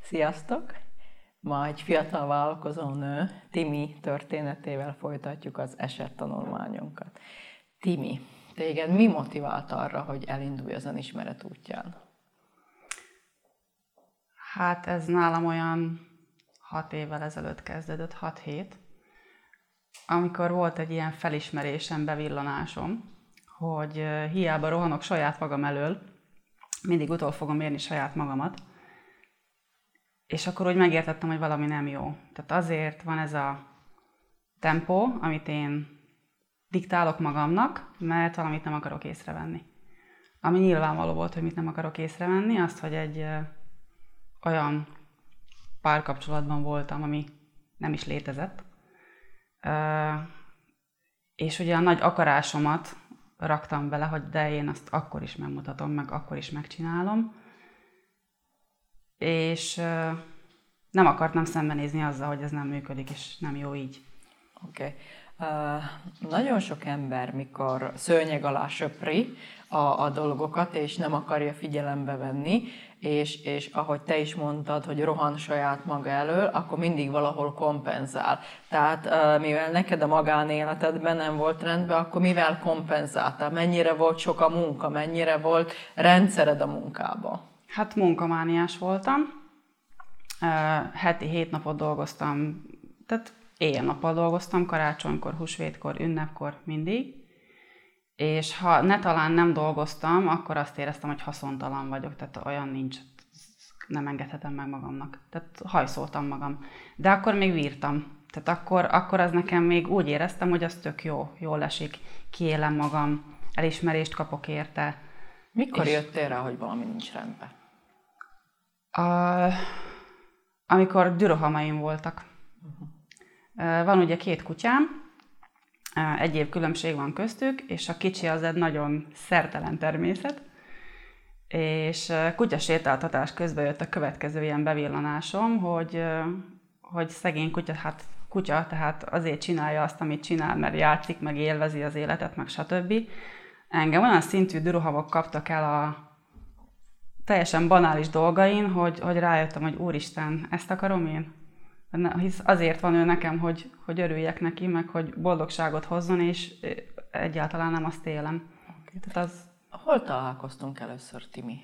Sziasztok! Ma egy fiatal vállalkozó nő, Timi történetével folytatjuk az esettanulmányunkat. Timi, téged mi motivált arra, hogy elindulj az önismeret útján? Hát ez nálam olyan 6 évvel ezelőtt kezdődött, 6 hét, amikor volt egy ilyen felismerésem, bevillanásom, hogy hiába rohanok saját magam elől, mindig utol fogom érni saját magamat, és akkor úgy megértettem, hogy valami nem jó. Tehát azért van ez a tempó, amit én diktálok magamnak, mert valamit nem akarok észrevenni. Ami nyilvánvaló volt, hogy mit nem akarok észrevenni, azt, hogy egy olyan párkapcsolatban voltam, ami nem is létezett. És ugye a nagy akarásomat raktam bele, hogy de én azt akkor is megmutatom, meg akkor is megcsinálom. És nem akartam szembenézni azzal, hogy ez nem működik, és nem jó így. Oké. Nagyon sok ember, mikor szőnyeg alá söpri a dolgokat, és nem akarja figyelembe venni, és ahogy te is mondtad, hogy rohan saját maga elől, akkor mindig valahol kompenzál. Tehát mivel neked a magánéletedben nem volt rendben, akkor mivel kompenzáltál? Mennyire volt sok a munka? Mennyire volt rendszered a munkába? Hát munkamániás voltam. Heti 7 napot dolgoztam, tehát éjjel-nappal dolgoztam, karácsonykor, húsvétkor, ünnepkor, mindig. És ha talán nem dolgoztam, akkor azt éreztem, hogy haszontalan vagyok, tehát olyan nincs, nem engedhetem meg magamnak. Tehát hajszoltam magam. De akkor még bírtam. Tehát akkor az nekem még úgy éreztem, hogy az tök jó, jól esik, kiélem magam, elismerést kapok érte. Mikor jöttél rá, hogy valami nincs rendben? Amikor dürohamaim voltak. Van ugye 2 kutyám, 1 év különbség van köztük, és a kicsi az egy nagyon szertelen természet, és kutyasétáltatás közben jött a következő ilyen bevillanásom, hogy szegény kutya, tehát azért csinálja azt, amit csinál, mert játszik, meg élvezi az életet, meg stb. Engem olyan szintű dürohamok kaptak el a teljesen banális dolgain, hogy rájöttem, hogy úristen, ezt akarom én? Hisz azért van ő nekem, hogy örüljek neki, meg hogy boldogságot hozzon, és egyáltalán nem azt élem. Okay. Tehát hol találkoztunk először, Timi?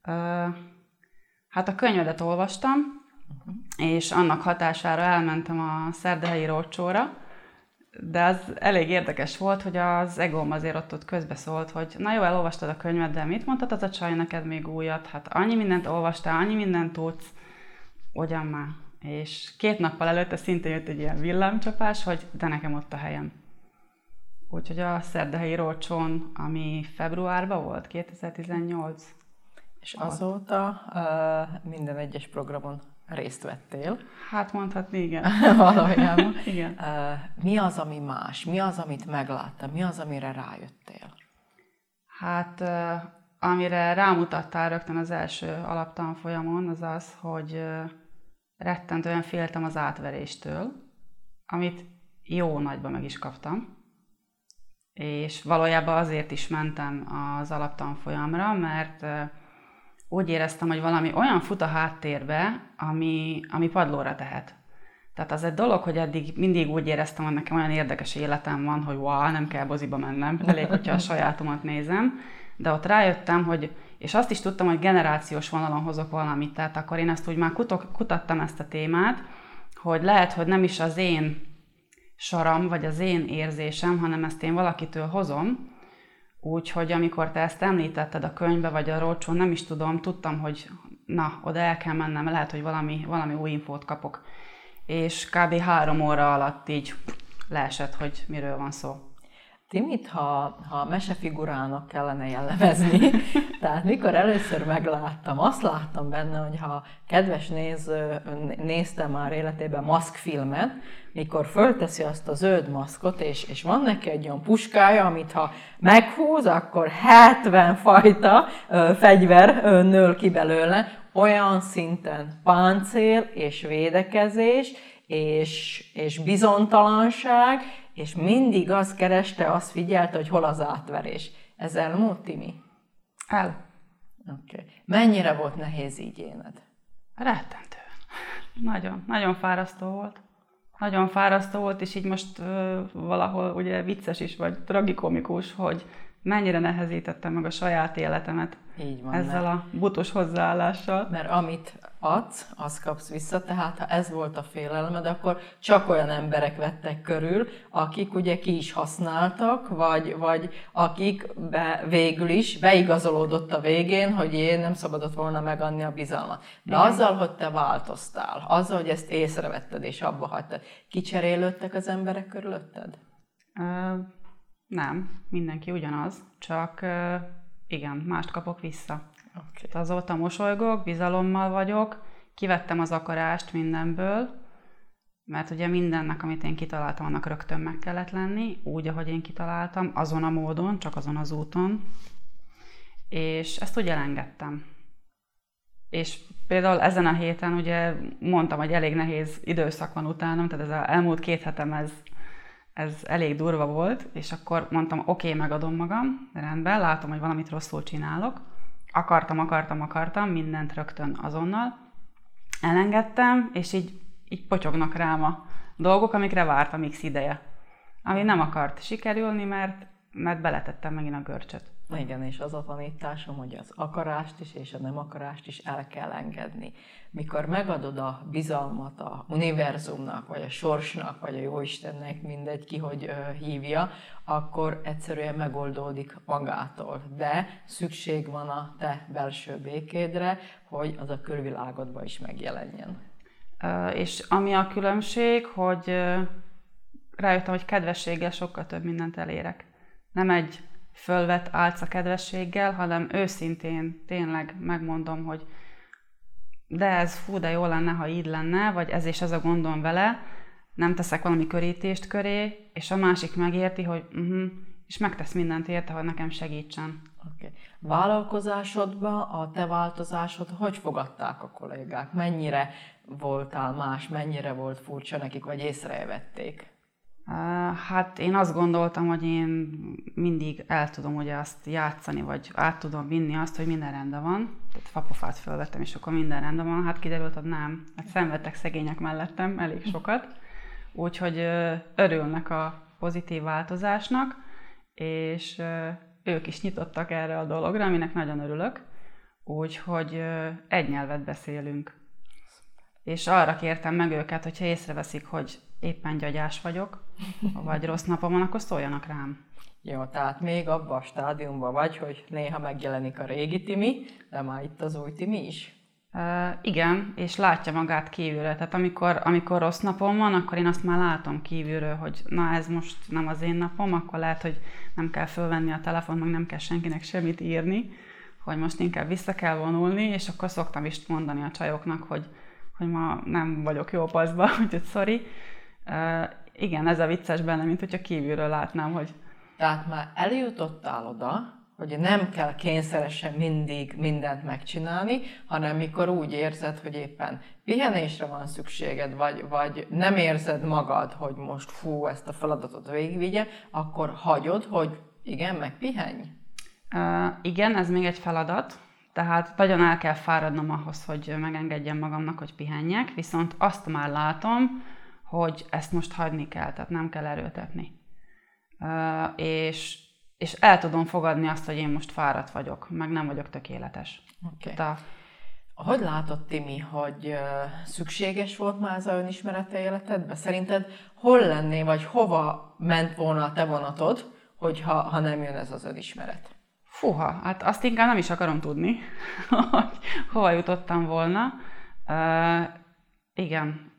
Hát a könyvedet olvastam, és annak hatására elmentem a szerdahelyi roadshow-ra, de az elég érdekes volt, hogy az egóm azért ott közbeszólt, hogy na jó, elolvastad a könyvet, de mit mondtad az a csaj neked még újat? Hát annyi mindent olvastál, annyi mindent tudsz, ugyan már. És 2 nappal előtte szintén jött egy ilyen villámcsapás, hogy de nekem ott a helyem. Úgyhogy a szerdahelyi roadshow-n, ami februárban volt, 2018. És azóta minden egyes programon részt vettél. Hát mondhatni, igen. Valójában. Igen. Mi az, ami más? Mi az, amit megláttál? Mi az, amire rájöttél? Hát amire rámutattál rögtön az első alaptanfolyamon, az az, hogy rettentően féltem az átveréstől, amit jó nagyba meg is kaptam. És valójában azért is mentem az alaptanfolyamra, mert úgy éreztem, hogy valami olyan fut a háttérbe, ami padlóra tehet. Tehát az egy dolog, hogy eddig mindig úgy éreztem, hogy nekem olyan érdekes életem van, hogy nem kell moziba mennem, elég, hogyha a sajátomat nézem. De ott rájöttem, és azt is tudtam, hogy generációs vonalon hozok valamit, tehát akkor én ezt úgy már kutattam ezt a témát, hogy lehet, hogy nem is az én saram, vagy az én érzésem, hanem ezt én valakitől hozom. Úgyhogy amikor te ezt említetted a könyvbe, vagy a roadshow, nem is tudom, tudtam, hogy oda el kell mennem, lehet, hogy valami új infót kapok. És kb. 3 óra alatt így leesett, hogy miről van szó. Timit, ha mesefigurának kellene jellemezni, tehát mikor először megláttam, azt láttam benne, hogy ha kedves néző nézte már életében maszkfilmet, mikor fölteszi azt a zöld maszkot, és van neki egy olyan puskája, amit ha meghúz, akkor 70 fajta fegyver nől ki belőle, olyan szinten páncél és védekezés, és bizonytalanság, és mindig azt kereste, azt figyelte, hogy hol az átverés. Ez elmúlt, Timi? El. Okay. Mennyire volt nehéz így élned? Rettentően. Nagyon, nagyon fárasztó volt. Nagyon fárasztó volt, és így most valahol ugye vicces is, vagy tragikomikus, hogy mennyire nehezítettem meg a saját életemet Így van, ezzel a butos hozzáállással. Mert amit adsz, azt kapsz vissza, tehát ha ez volt a félelmed, akkor csak olyan emberek vettek körül, akik ugye ki is használtak, vagy akik végül is beigazolódott a végén, hogy én nem szabadott volna megadni a bizalmat. De Igen. azzal, hogy te változtál, azzal, hogy ezt észrevetted és abba hagytad, kicserélődtek az emberek körülötted? Nem, mindenki ugyanaz, csak igen, mást kapok vissza. Okay. Azóta mosolygok, bizalommal vagyok, kivettem az akarást mindenből, mert ugye mindennek, amit én kitaláltam, annak rögtön meg kellett lenni, úgy, ahogy én kitaláltam, azon a módon, csak azon az úton, és ezt úgy elengedtem. És például ezen a héten ugye mondtam, hogy elég nehéz időszak van utánam, tehát ez az elmúlt 2 hetem ez elég durva volt, és akkor mondtam, oké, megadom magam, rendben, látom, hogy valamit rosszul csinálok. Akartam, mindent rögtön azonnal. Elengedtem, és így potyognak rám a dolgok, amikre vártam x ideje. Ami nem akart sikerülni, mert beletettem megint a görcsöt. Igen, és az a tanításom, hogy az akarást is és a nem akarást is el kell engedni. Mikor megadod a bizalmat a univerzumnak, vagy a sorsnak, vagy a Jóistennek, mindegy ki, hogy hívja, akkor egyszerűen megoldódik magától. De szükség van a te belső békédre, hogy az a külvilágodban is megjelenjen. És ami a különbség, hogy rájöttem, hogy kedvességgel sokkal több mindent elérek. Nem egy fölvett álca kedvességgel, hanem őszintén tényleg megmondom, hogy de ez de jó lenne, ha így lenne, vagy ez és ez a gondom vele, nem teszek valami körítést köré, és a másik megérti, hogy és megtesz mindent érte, hogy nekem segítsen. Okay. Vállalkozásodban a te változásod hogy fogadták a kollégák? Mennyire voltál más, mennyire volt furcsa nekik, vagy észrevették? Hát én azt gondoltam, hogy én mindig el tudom ugye azt játszani, vagy át tudom vinni azt, hogy minden rendben van. Tehát fapofát fölvettem, és akkor minden rendben van. Hát kiderült, hogy nem. Hát szenvedtek szegények mellettem elég sokat. Úgyhogy örülnek a pozitív változásnak, és ők is nyitottak erre a dologra, aminek nagyon örülök. Úgyhogy egy nyelvet beszélünk. És arra kértem meg őket, hogyha észreveszik, hogy éppen gyagyás vagyok, vagy rossz napom van, akkor szóljanak rám. Jó, tehát még abban a stádiumban vagy, hogy néha megjelenik a régi Timi, de már itt az új Timi is? Igen, és látja magát kívülről. Tehát amikor rossz napom van, akkor én azt már látom kívülről, hogy na ez most nem az én napom, akkor lehet, hogy nem kell fölvenni a telefont, meg nem kell senkinek semmit írni, hogy most inkább vissza kell vonulni, és akkor szoktam is mondani a csajoknak, hogy ma nem vagyok jó paszba, úgyhogy sorry. Igen, ez a vicces benne, mint hogyha kívülről látnám, hogy... Tehát már eljutottál oda, hogy nem kell kényszeresen mindig mindent megcsinálni, hanem mikor úgy érzed, hogy éppen pihenésre van szükséged, vagy nem érzed magad, hogy most ezt a feladatot végigvigye, akkor hagyod, hogy igen, megpihenj? Igen, ez még egy feladat. Tehát nagyon el kell fáradnom ahhoz, hogy megengedjem magamnak, hogy pihenjek, viszont azt már látom, hogy ezt most hagyni kell, tehát nem kell erőltetni. És el tudom fogadni azt, hogy én most fáradt vagyok, meg nem vagyok tökéletes. Okay. Hogy látod, Timi, hogy szükséges volt már ez a önismerete életedben? Szerinted hol lenné, vagy hova ment volna a te vonatod, ha nem jön ez az önismeret? Fúha, hát azt inkább nem is akarom tudni, hogy hova jutottam volna. Igen,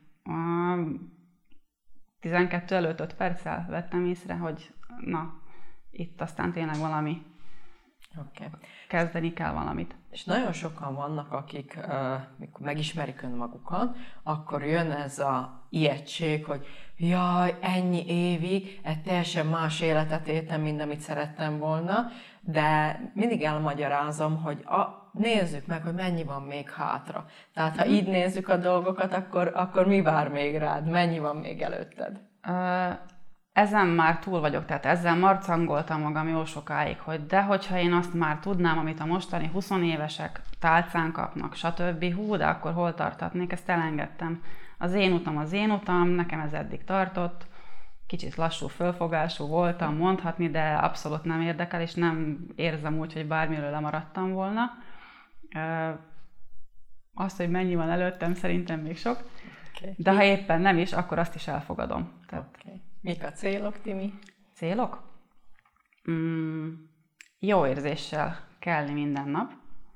12 előtt 5 perccel vettem észre, hogy na, itt aztán tényleg valami, kezdeni kell valamit. És nagyon sokan vannak, akik mikor megismerik önmagukat, akkor jön ez a ijegység, hogy jaj, ennyi évig egy teljesen más életet éltem, mint amit szerettem volna, de mindig elmagyarázom, hogy nézzük meg, hogy mennyi van még hátra. Tehát ha így nézzük a dolgokat, akkor mi vár még rád? Mennyi van még előtted? ezen már túl vagyok, tehát ezzel marcangoltam magam jó sokáig, hogy de hogyha én azt már tudnám, amit a mostani 20 évesek tálcán kapnak, stb. Hú, de akkor hol tartatnék, ezt elengedtem. Az én utam, nekem ez eddig tartott, kicsit lassú fölfogású voltam mondhatni, de abszolút nem érdekel, és nem érzem úgy, hogy bármiről lemaradtam volna. Azt, hogy mennyi van előttem, szerintem még sok, de ha éppen nem is, akkor azt is elfogadom. Tehát... Mik a célok, Timi? Célok? Jó érzéssel kelni minden nap,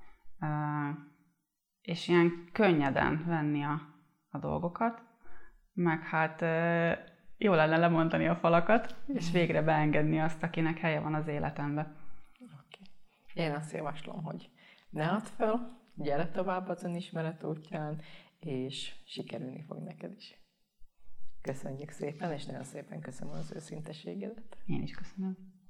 és ilyen könnyeden venni a dolgokat, meg hát jó lenne lemondani a falakat, és végre beengedni azt, akinek helye van az életembe. Én azt javaslom, hogy ne add fel, gyere tovább az önismeret útján, és sikerülni fog neked is. Köszönjük szépen, és nagyon szépen köszönöm az őszinteségedet. Én is köszönöm.